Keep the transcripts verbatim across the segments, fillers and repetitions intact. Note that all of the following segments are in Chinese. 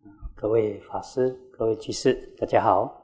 各位法师、各位居士，大家好。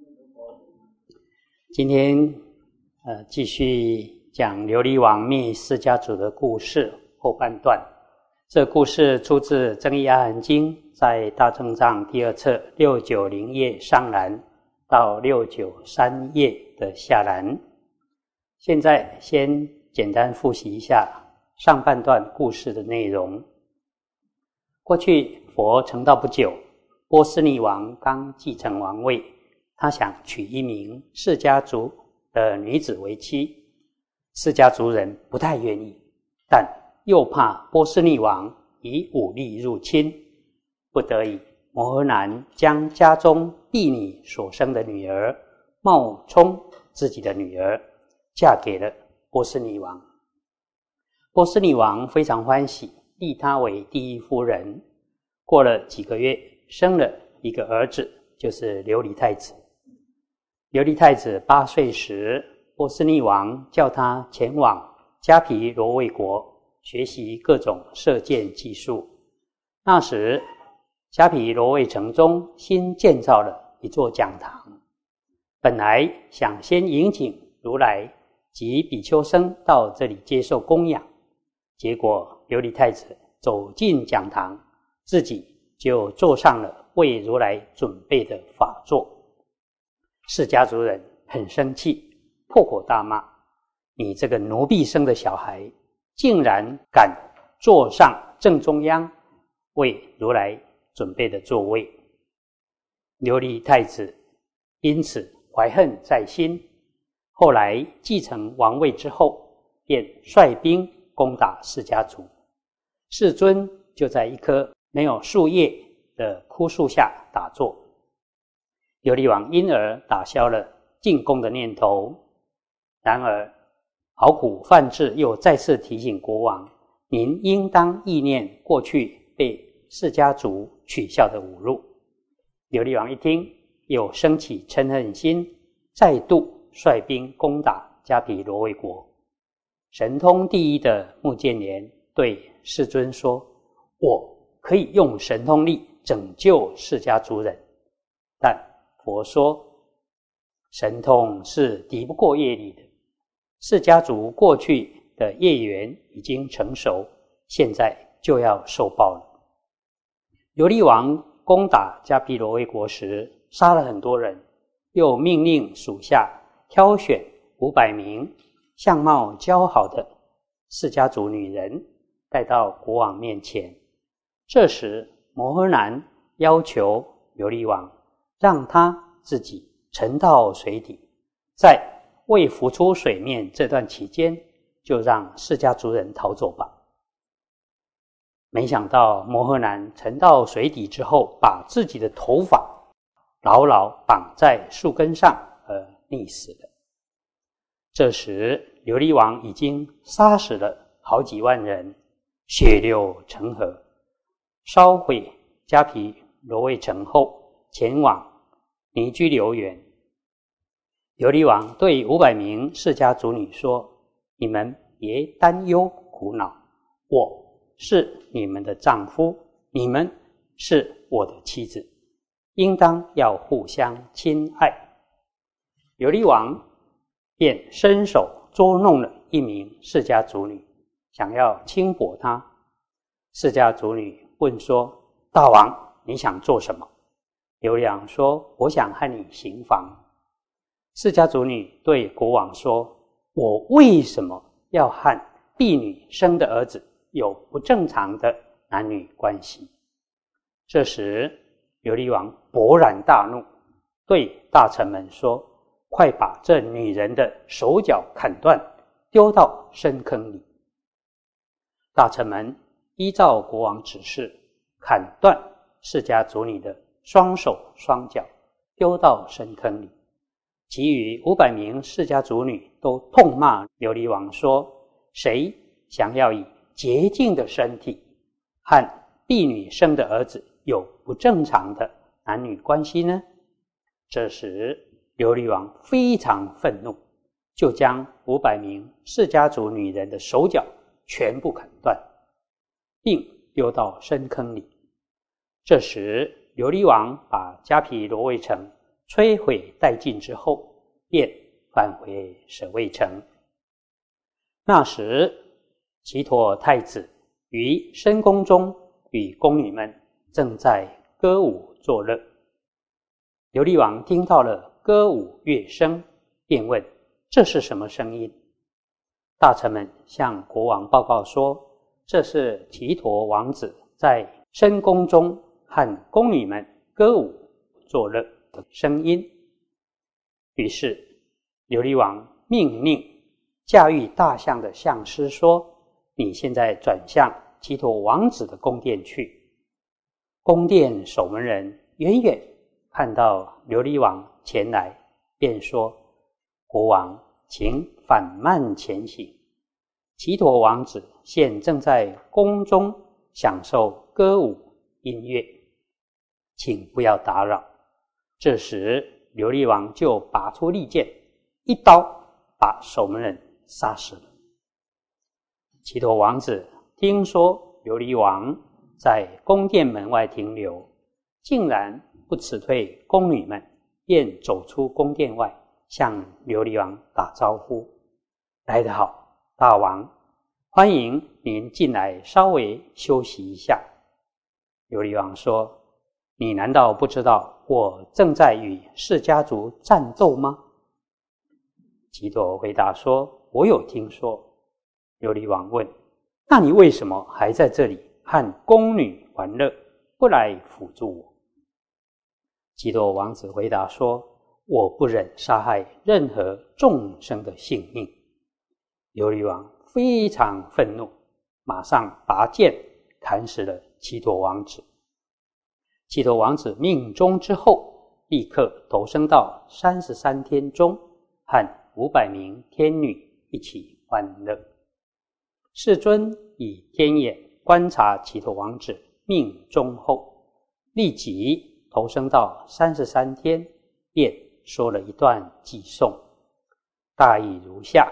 今天呃继续讲琉璃王灭释迦族的故事后半段。这故事出自《增一阿含经》，在大正藏第二册六百九十页上栏到六百九十三页的下栏。现在先简单复习一下上半段故事的内容。过去佛成道不久，波斯匿王刚继承王位，他想娶一名释迦族的女子为妻。释迦族人不太愿意，但又怕波斯匿王以武力入侵，不得已摩诃南将家中婢女所生的女儿冒充自己的女儿，嫁给了波斯匿王。波斯匿王非常欢喜，立她为第一夫人。过了几个月，生了一个儿子，就是琉璃太子。琉璃太子八岁时，波斯匿王叫他前往迦毗罗卫国学习各种射箭技术。那时迦毗罗卫城中新建造了一座讲堂，本来想先迎请如来及比丘僧到这里接受供养，结果琉璃太子走进讲堂，自己就坐上了为如来准备的法座。释迦族人很生气，破口大骂：你这个奴婢生的小孩，竟然敢坐上正中央为如来准备的座位。琉璃太子因此怀恨在心，后来继承王位之后，便率兵攻打释迦族。世尊就在一棵没有树叶的枯树下打坐，琉璃王因而打消了进攻的念头。然而好苦梵志又再次提醒国王，您应当忆念过去被释迦族取笑的侮辱。琉璃王一听，又升起嗔恨心，再度率兵攻打迦毗罗卫国。神通第一的目犍连对世尊说：我可以用神通力拯救释迦族人，但佛说神通是敌不过业力的。释迦族过去的业缘已经成熟，现在就要受报了。琉璃王攻打迦毗罗卫国时，杀了很多人，又命令属下挑选五百名相貌姣好的释迦族女人带到国王面前。这时摩诃南要求琉璃王让他自己沉到水底，在未浮出水面这段期间，就让释迦族人逃走吧。没想到摩诃南沉到水底之后，把自己的头发牢牢绑在树根上而溺死了。这时琉璃王已经杀死了好几万人，血流成河。烧毁迦毗罗卫城后，前往尼居留园。琉璃王对五百名释迦族女说：你们别担忧苦恼，我是你们的丈夫，你们是我的妻子，应当要互相亲爱。琉璃王便伸手捉弄了一名释迦族女，想要轻薄她。释迦族女问说：大王，你想做什么？琉璃王说：我想和你行房。释迦族女对国王说：我为什么要和婢女生的儿子有不正常的男女关系？这时琉璃王勃然大怒，对大臣们说：快把这女人的手脚砍断，丢到深坑里。大臣们依照国王指示，砍断释迦族女的双手双脚，丢到深坑里。其余五百名释迦族女都痛骂琉璃王说：谁想要以洁净的身体和婢女生的儿子有不正常的男女关系呢？这时琉璃王非常愤怒，就将五百名释迦族女人的手脚全部砍断，并丢到深坑里。这时琉璃王把迦毗罗卫城摧毁殆尽之后，便返回舍卫城。那时，祇陀太子于深宫中与宫女们正在歌舞作乐。琉璃王听到了歌舞乐声，便问：这是什么声音？大臣们向国王报告说，这是祇陀王子在深宫中和宫女们歌舞作乐的声音。于是琉璃王命令驾驭大象的象师说：你现在转向祇陀王子的宫殿去。宫殿守门人远远看到琉璃王前来，便说：国王，请缓慢前行，祇陀王子现正在宫中享受歌舞音乐，请不要打扰。这时琉璃王就拔出利剑，一刀把守门人杀死了。祇陀王子听说琉璃王在宫殿门外停留，竟然不辞退宫女们，便走出宫殿外，向琉璃王打招呼：来得好，大王，欢迎您进来稍微休息一下。琉璃王说：你难道不知道我正在与释迦族战斗吗？祇陀回答说：我有听说。琉璃王问：那你为什么还在这里和宫女玩乐，不来辅助我？祇陀王子回答说：我不忍杀害任何众生的性命。琉璃王非常愤怒，马上拔剑砍死了祇陀王子。祇陀王子命终之后，立刻投生到三十三天中，和五百名天女一起欢乐。世尊以天眼观察祇陀王子命终后，立即投生到三十三天，便说了一段偈颂，大意如下：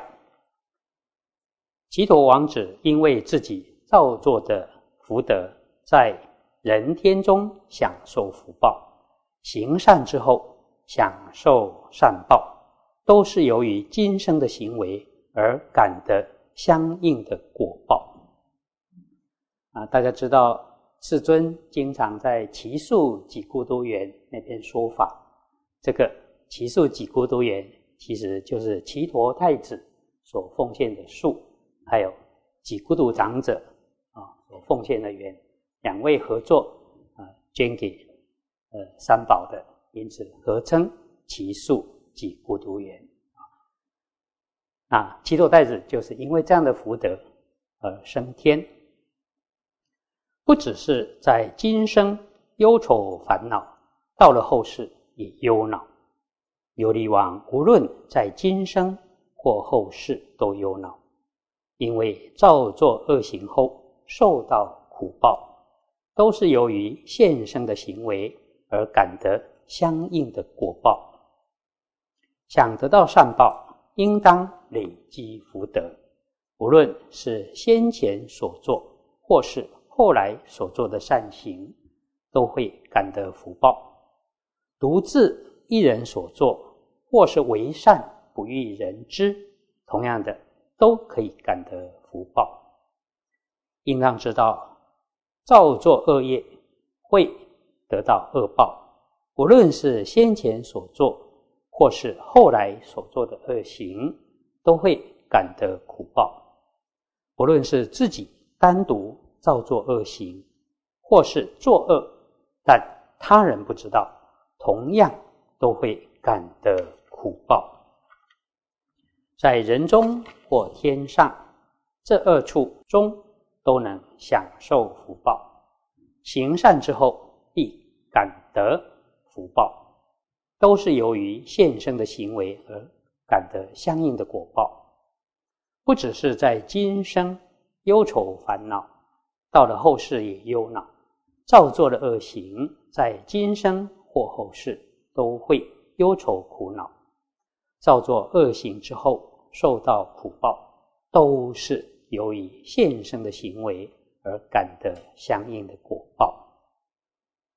祇陀王子因为自己造作的福德，在人天中享受福报，行善之后享受善报，都是由于今生的行为而感得相应的果报。啊，大家知道世尊经常在祇树给孤独园那边说法，这个祇树给孤独园其实就是祇陀太子所奉献的树，还有给孤独长者啊所奉献的园，两位合作啊捐给呃三宝的，因此合称祇树给孤独园。啊，祇陀太子就是因为这样的福德而升天。不只是在今生忧愁烦恼，到了后世也忧恼。琉璃王无论在今生或后世都忧恼，因为造作恶行后受到苦报，都是由于现生的行为而感得相应的果报。想得到善报，应当累积福德，无论是先前所做或是后来所做的善行，都会感得福报。独自一人所做，或是为善不欲人知，同样的都可以感得福报。应当知道，造作恶业会得到恶报，无论是先前所做或是后来所做的恶行，都会感得苦报。无论是自己单独造作恶行，或是作恶，但他人不知道，同样都会感得苦报。在人中或天上，这二处中都能享受福报。行善之后必感得福报，都是由于现生的行为而感得相应的果报。不只是在今生忧愁烦恼，到了后世也忧恼，造作的恶行，在今生或后世都会忧愁苦恼。造作恶行之后受到苦报，都是由于现生的行为而感得相应的果报。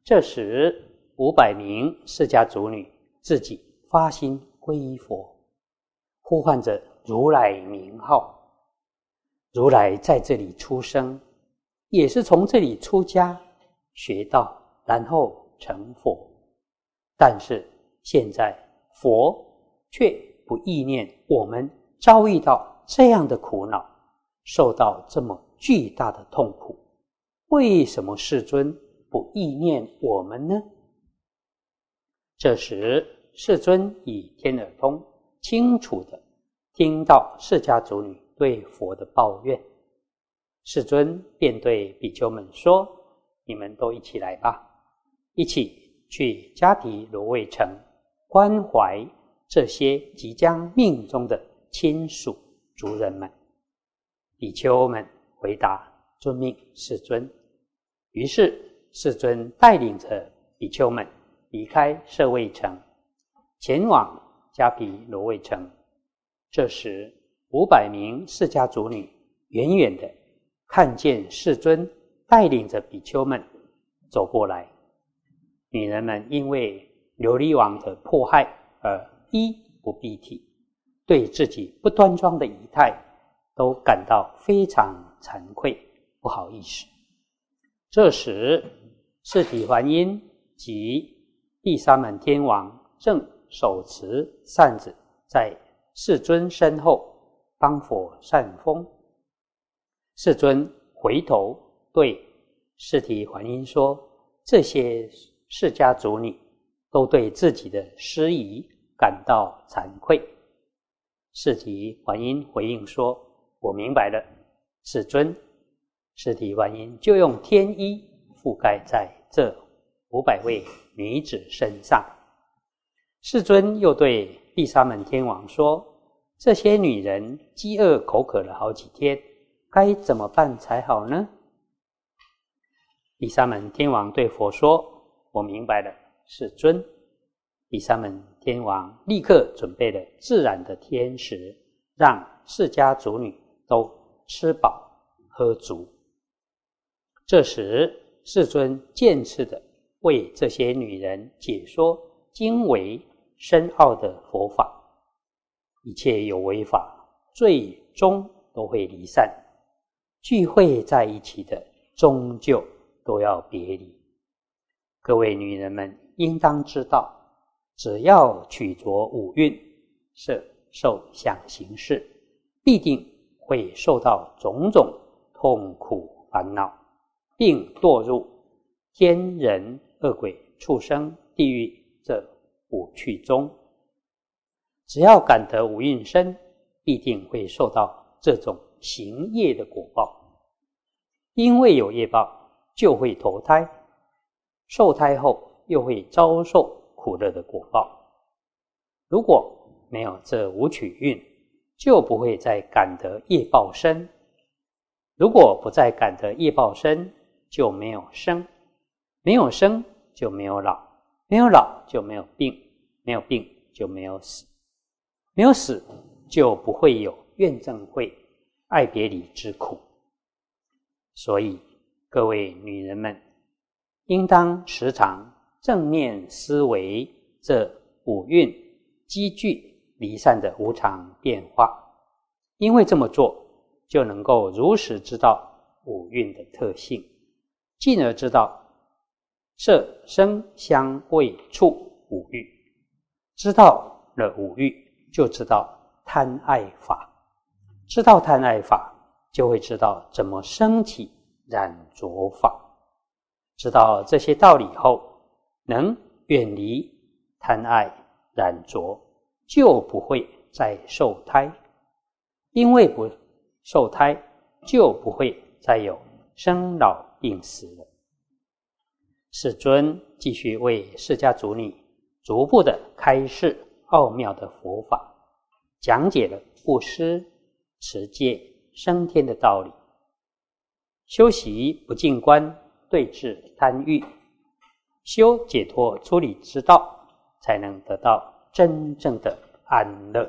这时五百名释迦族女自己发心皈依佛，呼唤着如来名号。如来在这里出生，也是从这里出家学道，然后成佛。但是现在佛却不意念我们遭遇到这样的苦恼，受到这么巨大的痛苦，为什么世尊不意念我们呢？这时世尊以天耳通清楚地听到释迦族女对佛的抱怨，世尊便对比丘们说：你们都一起来吧，一起去迦毗罗卫城关怀这些即将命终的亲属族人们。比丘们回答：遵命，世尊。于是世尊带领着比丘们离开舍卫城，前往迦毗罗卫城。这时五百名释迦族女远远的看见世尊带领着比丘们走过来。女人们因为琉璃王的迫害而衣不蔽体，对自己不端庄的仪态都感到非常惭愧，不好意思。这时释提桓因及毗沙门天王正手持扇子在世尊身后帮佛扇风。世尊回头对释提桓因说：这些释迦族女都对自己的失仪感到惭愧。释提桓因回应说：我明白了，世尊。释提桓因就用天衣覆盖在这五百位女子身上。世尊又对毗沙门天王说：这些女人饥饿口渴了好几天，该怎么办才好呢？毗沙门天王对佛说：我明白了，世尊。毗沙门天王立刻准备了自然的天食，让释迦族女都吃饱喝足。这时世尊渐次地为这些女人解说精微深奥的佛法。一切有为法最终都会离散，聚会在一起的终究都要别离。各位女人们应当知道，只要取着五蕴色受想行识，必定会受到种种痛苦烦恼，并堕入天人恶鬼畜生地狱这五趣中。只要感得五蕴身，必定会受到这种行业的果报。因为有业报，就会投胎，受胎后又会遭受苦乐的果报。如果没有这五取蕴，就不会再感得业报身。如果不再感得业报身，就没有生，没有生就没有老，没有老就没有病，没有病就没有死，没有死就不会有怨憎会、爱别离之苦。所以各位女人们应当时常正念思维这五蕴积聚离散的无常变化，因为这么做就能够如实知道五蕴的特性，进而知道色声香味触五欲。知道了五欲，就知道贪爱法，知道贪爱法，就会知道怎么升起染着法。知道这些道理后，能远离贪爱染着，就不会再受胎。因为不受胎，就不会再有生老病死了。世尊继续为释迦族女逐步的开示奥妙的佛法，讲解了布施、持戒、升天的道理。修习不净观，对治贪欲，修解脱出离之道，才能得到真正的安乐。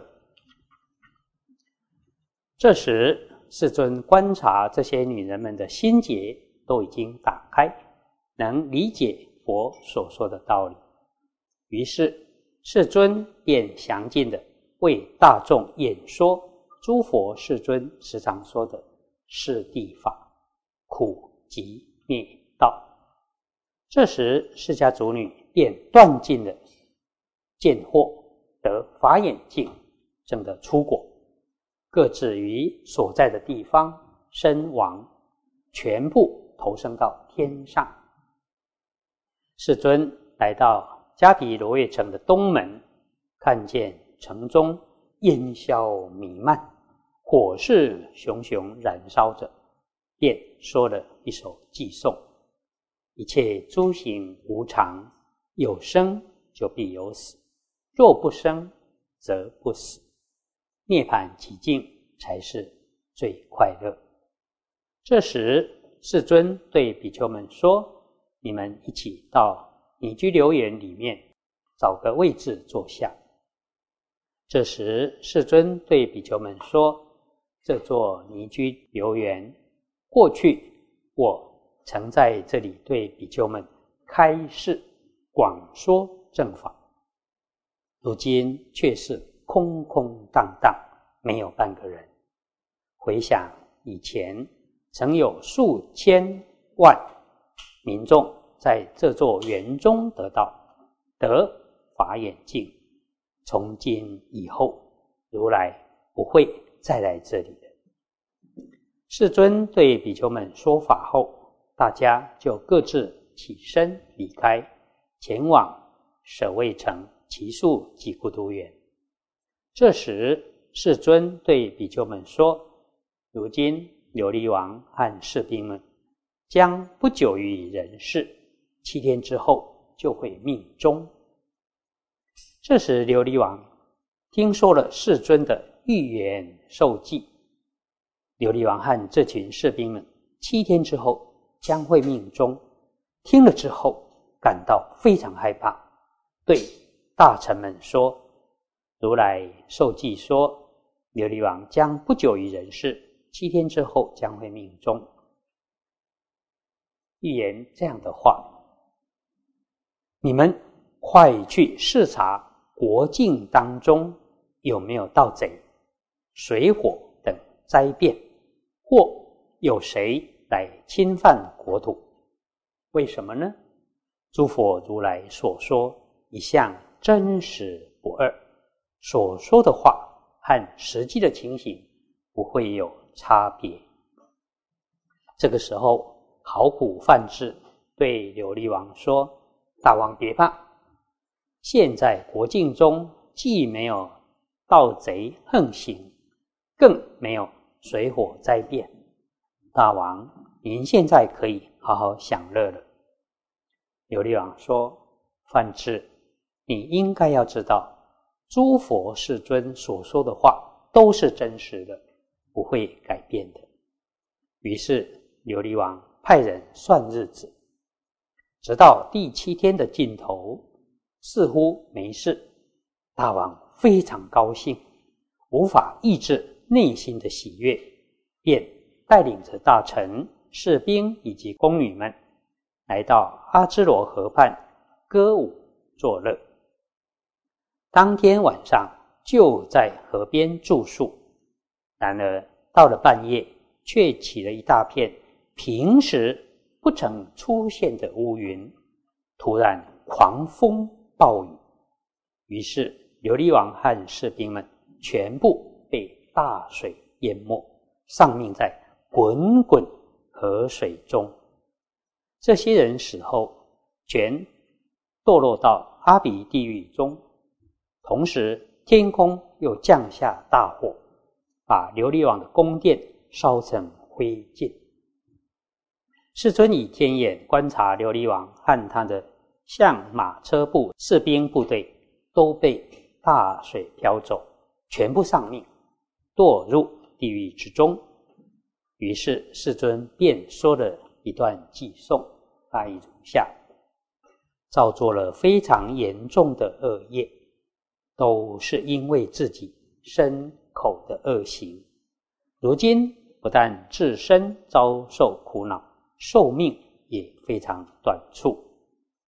这时世尊观察这些女人们的心结都已经打开，能理解佛所说的道理。于是世尊便详尽地为大众演说诸佛世尊时常说的四谛法、苦集灭道。这时释迦族女便断尽了见惑，得法眼净，证得出果，各自于所在的地方身亡，全部投生到天上。世尊来到迦毗罗卫城的东门，看见城中烟消弥漫，火势熊熊燃烧着，便说了一首偈颂：一切诸行无常，有生就必有死，若不生则不死，涅槃寂静才是最快乐。这时世尊对比丘们说：你们一起到拟居留园里面找个位置坐下。这时世尊对比丘们说：这座拟居留园，过去我曾在这里对比丘们开示广说正法，如今却是空空荡荡，没有半个人。回想以前曾有数千万民众在这座园中得道，得法眼净，从今以后如来不会再来这里了。世尊对比丘们说法后，大家就各自起身离开，前往舍卫城祇树及孤独园。这时世尊对比丘们说：如今琉璃王和士兵们将不久于人世，七天之后就会命终。这时琉璃王听说了世尊的预言授记，琉璃王和这群士兵们七天之后将会命终，听了之后感到非常害怕，对大臣们说：如来授记说琉璃王将不久于人世，七天之后将会命终。预言这样的话，你们快去视察国境当中有没有盗贼、水火等灾变，或有谁来侵犯国土。为什么呢？诸佛如来所说一向真实不二，所说的话和实际的情形不会有差别。这个时候好苦梵志对琉璃王说：大王别怕，现在国境中既没有盗贼横行，更没有水火灾变，大王您现在可以好好享乐了。琉璃王说：梵志，你应该要知道，诸佛世尊所说的话都是真实的，不会改变的。于是琉璃王派人算日子，直到第七天的尽头，似乎没事。大王非常高兴，无法抑制内心的喜悦，便带领着大臣、士兵以及宫女们来到阿支罗河畔歌舞作乐。当天晚上就在河边住宿，然而到了半夜，却起了一大片平时不曾出现的乌云，突然狂风暴雨，于是琉璃王和士兵们全部被大水淹没，丧命在滚滚河水中。这些人死后全堕落到阿鼻地狱中，同时天空又降下大火，把琉璃王的宫殿烧成灰烬。世尊以天眼观察琉璃王和他的象马车部士兵部队都被大水漂走，全部丧命，堕入地狱之中。于是世尊便说了一段偈颂，大意如下：造作了非常严重的恶业，都是因为自己身口的恶行，如今不但自身遭受苦恼，寿命也非常短促。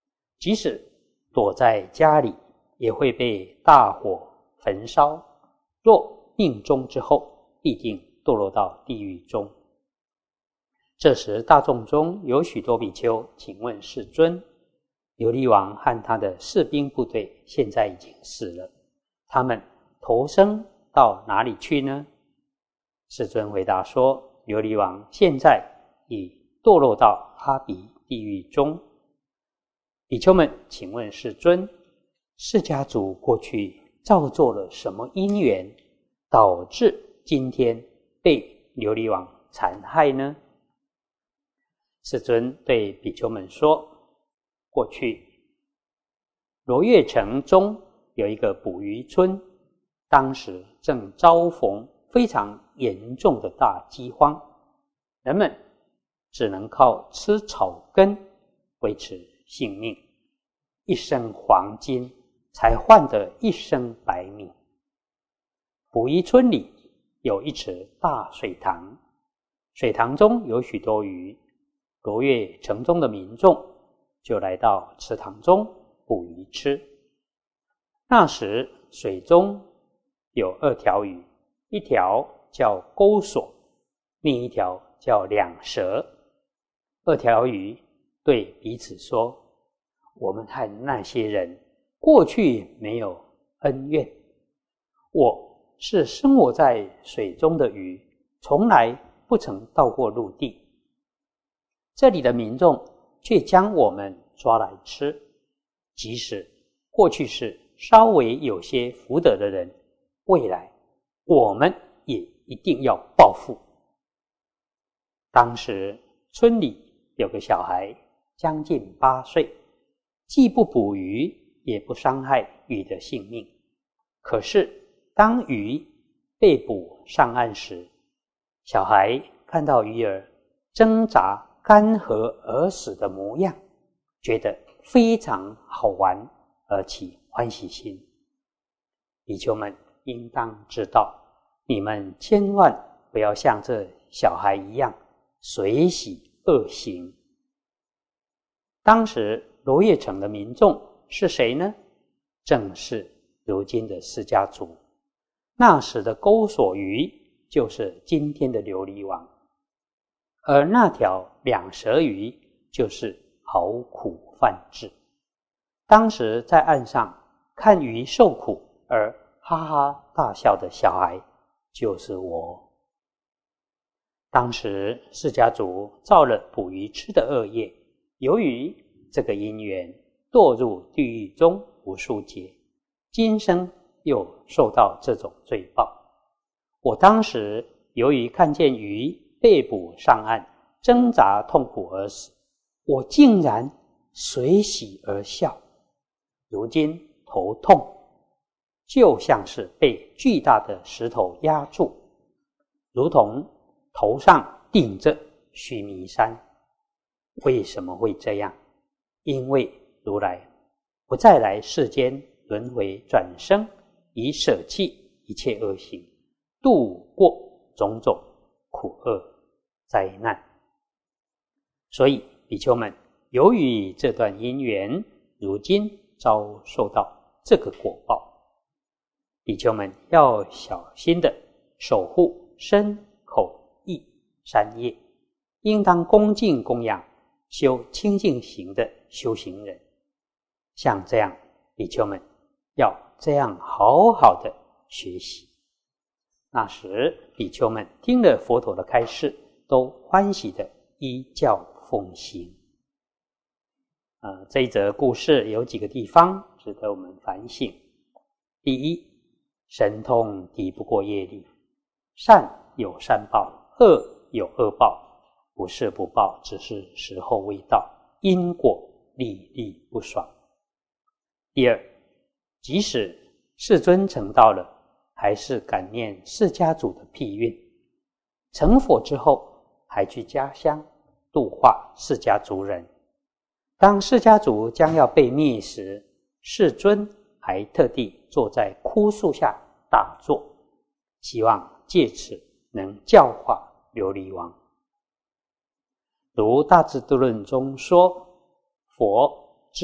即使躲在家里，也会被大火焚烧。若命终之后，必定堕落到地狱中。这时大众中有许多比丘请问世尊，琉璃王和他的士兵部队现在已经死了，他们投生到哪里去呢？世尊回答说，琉璃王现在已堕落到阿鼻地狱中。比丘们请问世尊，释迦族过去造作了什么因缘，导致今天被琉璃王残害呢？世尊对比丘们说，过去罗越城中有一个捕鱼村，当时正遭逢非常严重的大饥荒，人们只能靠吃草根维持性命，一升黄金才换得一升白米。捕鱼村里有一池大水塘，水塘中有许多鱼，罗越城中的民众就来到池塘中捕鱼吃。那时水中有二条鱼，一条叫钩索，另一条叫两舌。二条鱼对彼此说，我们和那些人过去没有恩怨，我是生活在水中的鱼，从来不曾到过陆地，这里的民众却将我们抓来吃，即使过去是稍微有些福德的人，未来我们也一定要报复。当时村里有个小孩将近八岁，既不捕鱼也不伤害鱼的性命，可是当鱼被捕上岸时，小孩看到鱼儿挣扎干涸而死的模样，觉得非常好玩而起欢喜心。比丘们应当知道，你们千万不要像这小孩一样随喜恶行。当时罗越城的民众是谁呢？正是如今的释迦族。那时的钩索鱼就是今天的琉璃王，而那条两舌鱼就是好苦梵志。当时在岸上看鱼受苦而哈哈大笑的小孩就是我。当时释迦族造了捕鱼吃的恶业，由于这个因缘堕入地狱中无数劫，今生又受到这种罪报。我当时由于看见鱼被捕上岸，挣扎痛苦而死，我竟然随喜而笑。如今头痛，就像是被巨大的石头压住，如同头上顶着须弥山。为什么会这样？因为如来不再来世间轮回转生，以舍弃一切恶行，度过种种苦厄灾难。所以比丘们由于这段因缘，如今遭受到这个果报。比丘们要小心的守护身口意三业，应当恭敬供养修清净行的修行人。像这样，比丘们要这样好好的学习。那时比丘们听了佛陀的开示，都欢喜的依教奉行。呃，这一则故事有几个地方值得我们反省。第一，神通敌不过业力，善有善报，恶有恶报，不是不报，只是时候未到，因果历历不爽。第二，即使世尊成道了，还是感念释迦族的庇运，成佛之后还去家乡度化释迦族人。当释迦族将要被灭时，世尊还特地坐在枯树下打坐，希望借此能教化琉璃王。如大智度论中说，佛知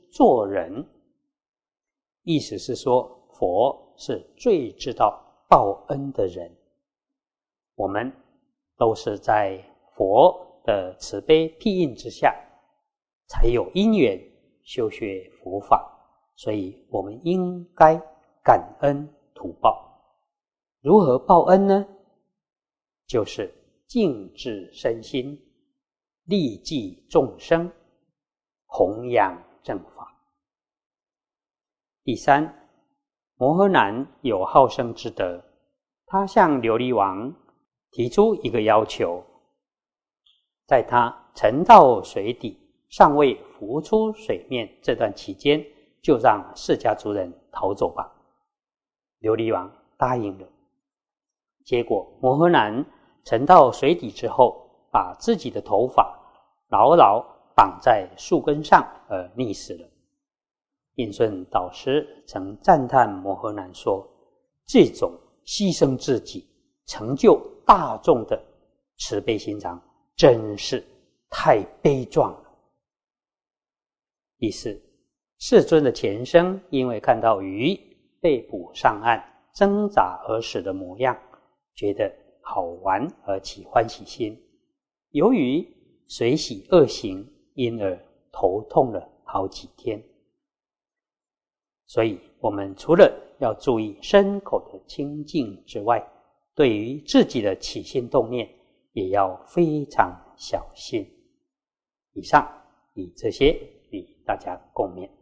做人。意思是说，佛是最知道报恩的人。我们都是在佛的慈悲庇荫之下，才有因缘修学佛法，所以我们应该感恩图报。如何报恩呢？就是静治身心，利济众生，弘扬正法。第三，摩诃南有好生之德，他向琉璃王提出一个要求，在他沉到水底尚未浮出水面这段期间，就让释迦族人逃走吧。琉璃王答应了。结果摩诃南沉到水底之后，把自己的头发牢牢绑在树根上而溺死了。印顺导师曾赞叹摩诃南说，这种牺牲自己成就大众的慈悲心肠真是太悲壮了。第四，世尊的前生因为看到鱼被捕上岸挣扎而死的模样，觉得好玩而起欢喜心，由于随喜恶行，因而头痛了好几天。所以我们除了要注意身口的清净之外，对于自己的起心动念也要非常小心。以上以这些与大家共勉。